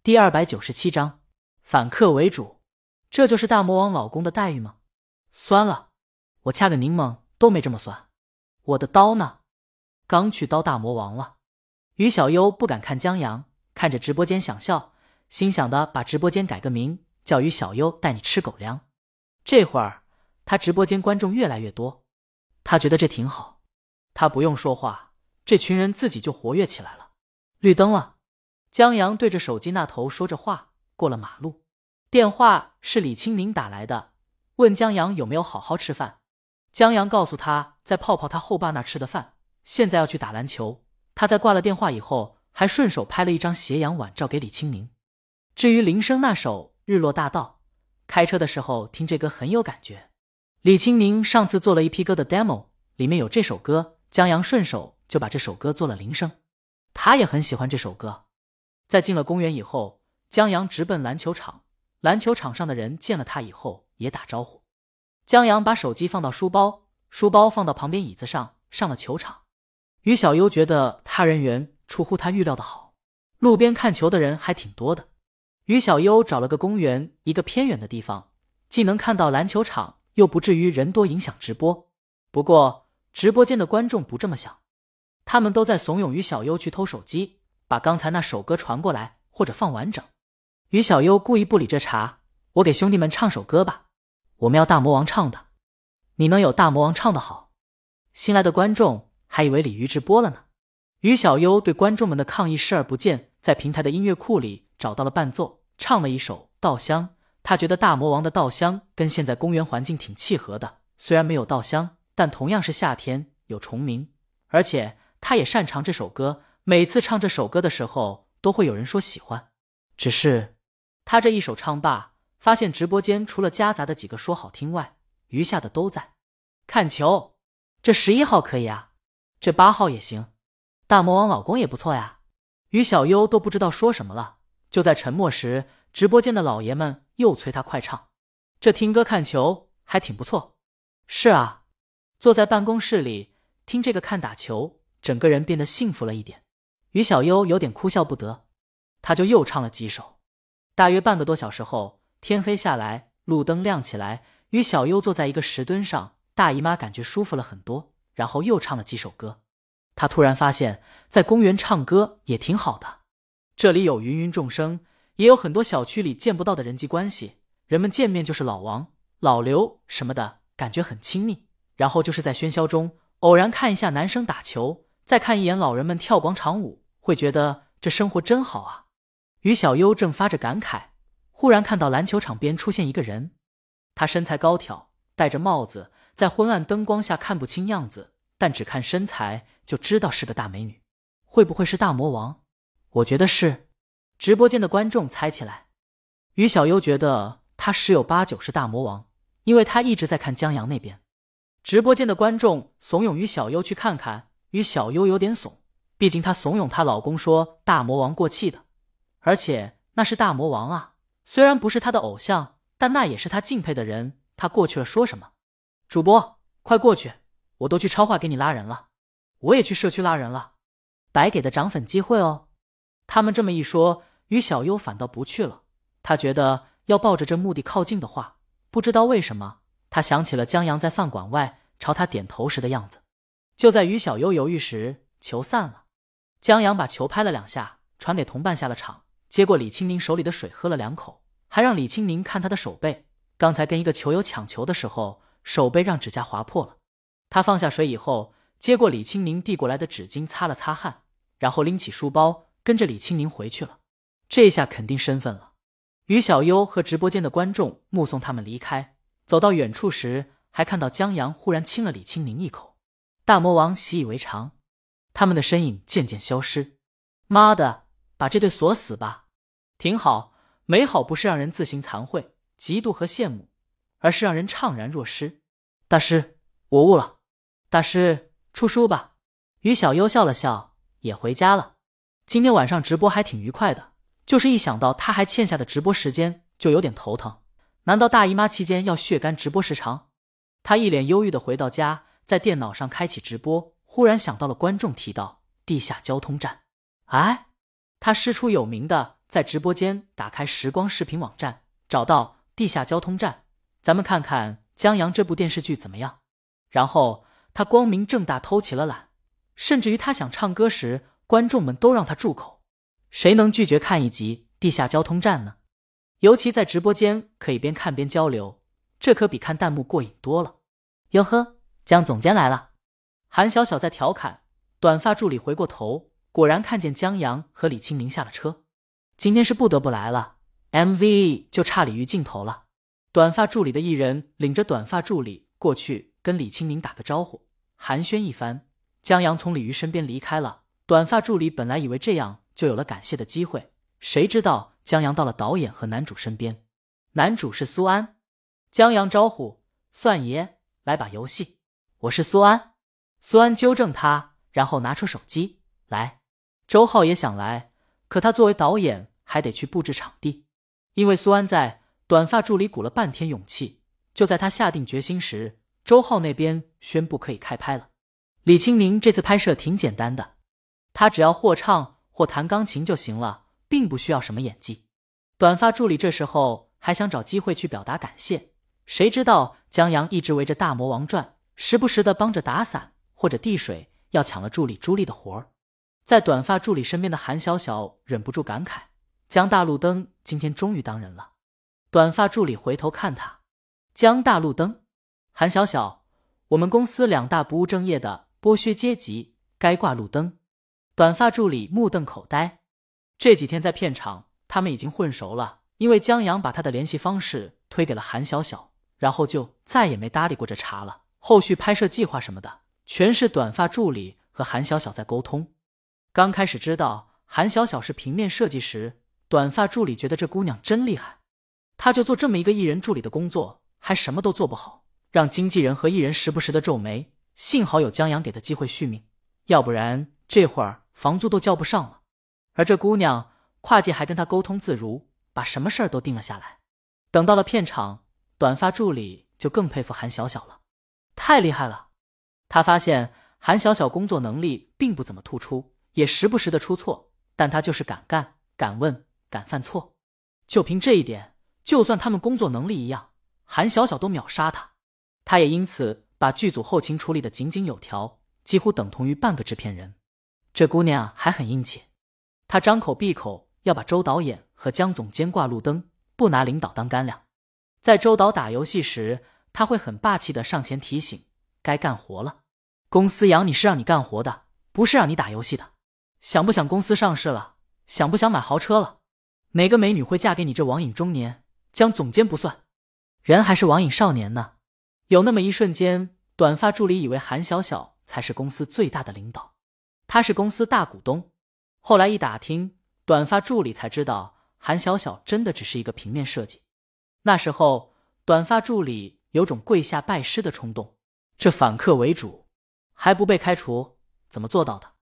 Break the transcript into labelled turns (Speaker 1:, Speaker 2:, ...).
Speaker 1: 第297章，反客为主。这就是大魔王老公的待遇吗？酸了，我掐个柠檬都没这么酸。我的刀呢？刚去刀大魔王了。于小优不敢看江阳，看着直播间想笑，心想的把直播间改个名，叫于小优带你吃狗粮。这会儿他直播间观众越来越多，他觉得这挺好，他不用说话，这群人自己就活跃起来了。绿灯了，江阳对着手机那头说着话，过了马路。电话是李清明打来的，问江阳有没有好好吃饭。江阳告诉他在泡泡他后爸那吃的饭，现在要去打篮球。他在挂了电话以后，还顺手拍了一张斜阳晚照给李清明。至于林生那首《日落大道》，开车的时候听这歌很有感觉。李清明上次做了一批歌的 demo， 里面有这首歌，江阳顺手就把这首歌做了铃声。他也很喜欢这首歌。在进了公园以后，江阳直奔篮球场，篮球场上的人见了他以后也打招呼。江阳把手机放到书包，书包放到旁边椅子上，上了球场。于小优觉得他人缘出乎他预料的好，路边看球的人还挺多的。于小优找了个公园，一个偏远的地方，既能看到篮球场，又不至于人多影响直播。不过直播间的观众不这么想，他们都在怂恿于小优去偷手机，把刚才那首歌传过来或者放完整。于小优故意不理这茬，我给兄弟们唱首歌吧，我们要大魔王唱的，你能有大魔王唱的好？新来的观众还以为鲤鱼直播了呢。于小优对观众们的抗议视而不见，在平台的音乐库里找到了伴奏，唱了一首《稻香》。他觉得大魔王的稻香跟现在公园环境挺契合的，虽然没有稻香，但同样是夏天，有虫鸣，而且他也擅长这首歌，每次唱这首歌的时候都会有人说喜欢。只是他这一首唱罢，发现直播间除了夹杂的几个说好听外，余下的都在看球。这11号可以啊，这8号也行，大魔王老公也不错呀。于小优都不知道说什么了。就在沉默时，直播间的老爷们又催他快唱，这听歌看球还挺不错。是啊，坐在办公室里听这个看打球，整个人变得幸福了一点。于小优有点哭笑不得，他就又唱了几首。大约半个多小时后，天黑下来，路灯亮起来，于小优坐在一个石墩上，大姨妈感觉舒服了很多，然后又唱了几首歌。他突然发现在公园唱歌也挺好的，这里有芸芸众生，也有很多小区里见不到的人际关系，人们见面就是老王、老刘什么的，感觉很亲密。然后就是在喧嚣中偶然看一下男生打球，再看一眼老人们跳广场舞，会觉得这生活真好啊。于小优正发着感慨，忽然看到篮球场边出现一个人，他身材高挑，戴着帽子，在昏暗灯光下看不清样子，但只看身材就知道是个大美女。会不会是大魔王？我觉得是。直播间的观众猜起来。于小优觉得他10有8九是大魔王，因为他一直在看江阳那边。直播间的观众怂恿于小优去看看，于小优有点怂，毕竟她怂恿她老公说大魔王过气的，而且那是大魔王啊，虽然不是她的偶像，但那也是她敬佩的人。她过去了说什么？主播快过去，我都去超话给你拉人了，我也去社区拉人了，白给的涨粉机会哦。他们这么一说，于小优反倒不去了。他觉得要抱着这目的靠近的话，不知道为什么他想起了江阳在饭馆外朝他点头时的样子。就在于小优犹豫时，球散了，江阳把球拍了2下，传给同伴下了场，接过李清明手里的水喝了2口，还让李清明看他的手背，刚才跟一个球友抢球的时候，手背让指甲划破了。他放下水以后，接过李清明递过来的纸巾擦了擦汗，然后拎起书包跟着李清明回去了。这下肯定身份了。于小优和直播间的观众目送他们离开，走到远处时，还看到江阳忽然亲了李清明一口。大魔王习以为常，他们的身影渐渐消失。妈的，把这对锁死吧。挺好，美好不是让人自行惭愧、嫉妒和羡慕，而是让人怅然若失。大师，我悟了。大师，出书吧。于小优笑了笑，也回家了。今天晚上直播还挺愉快的，就是一想到他还欠下的直播时间就有点头疼。难道大姨妈期间要血干直播时长？他一脸忧郁地回到家，在电脑上开启直播，忽然想到了观众提到地下交通站。哎，他师出有名的在直播间打开时光视频网站，找到地下交通站，咱们看看江阳这部电视剧怎么样。然后他光明正大偷起了懒，甚至于他想唱歌时，观众们都让他住口。谁能拒绝看一集地下交通站呢？尤其在直播间可以边看边交流，这可比看弹幕过瘾多了。哟呵，江总监来了。韩小小在调侃，短发助理回过头，果然看见江阳和李清明下了车。今天是不得不来了， MV 就差鲤鱼镜头了。短发助理的艺人领着短发助理过去跟李清明打个招呼，寒暄一番，江阳从鲤鱼身边离开了。短发助理本来以为这样就有了感谢的机会，谁知道江阳到了导演和男主身边。男主是苏安。江阳招呼，算爷，来把游戏。我是苏安。苏安纠正他，然后拿出手机来。周浩也想来，可他作为导演还得去布置场地。因为苏安在，短发助理鼓了半天勇气，就在他下定决心时，周浩那边宣布可以开拍了。李清明这次拍摄挺简单的，他只要或唱或弹钢琴就行了，并不需要什么演技。短发助理这时候还想找机会去表达感谢，谁知道江阳一直围着大魔王转，时不时的帮着打伞或者递水，要抢了助理朱莉的活儿。在短发助理身边的韩小小忍不住感慨，江大路灯今天终于当人了。短发助理回头看他，江大路灯。韩小小，我们公司2大不务正业的剥削阶级该挂路灯。短发助理目瞪口呆。这几天在片场他们已经混熟了，因为江阳把他的联系方式推给了韩小小，然后就再也没搭理过这茬了。后续拍摄计划什么的全是短发助理和韩小小在沟通。刚开始知道韩小小是平面设计时，短发助理觉得这姑娘真厉害，她就做这么一个艺人助理的工作，还什么都做不好，让经纪人和艺人时不时的皱眉。幸好有江阳给的机会续命，要不然这会儿房租都交不上了。而这姑娘跨界还跟他沟通自如，把什么事儿都定了下来。等到了片场，短发助理就更佩服韩小小了，太厉害了。他发现韩小小工作能力并不怎么突出，也时不时的出错，但他就是敢干、敢问、敢犯错。就凭这一点，就算他们工作能力一样，韩小小都秒杀他。他也因此把剧组后勤处理得井井有条，几乎等同于半个制片人。这姑娘还很硬气，她张口闭口要把周导演和江总监挂路灯，不拿领导当干粮。在周导打游戏时，她会很霸气地上前提醒，该干活了。公司养你是让你干活的，不是让你打游戏的。想不想公司上市了？想不想买豪车了？哪个美女会嫁给你这网瘾中年？江总监不算，人还是网瘾少年呢。有那么一瞬间，短发助理以为韩小小才是公司最大的领导，他是公司大股东。后来一打听，短发助理才知道韩小小真的只是一个平面设计。那时候短发助理有种跪下拜师的冲动，这反客为主还不被开除，怎么做到的？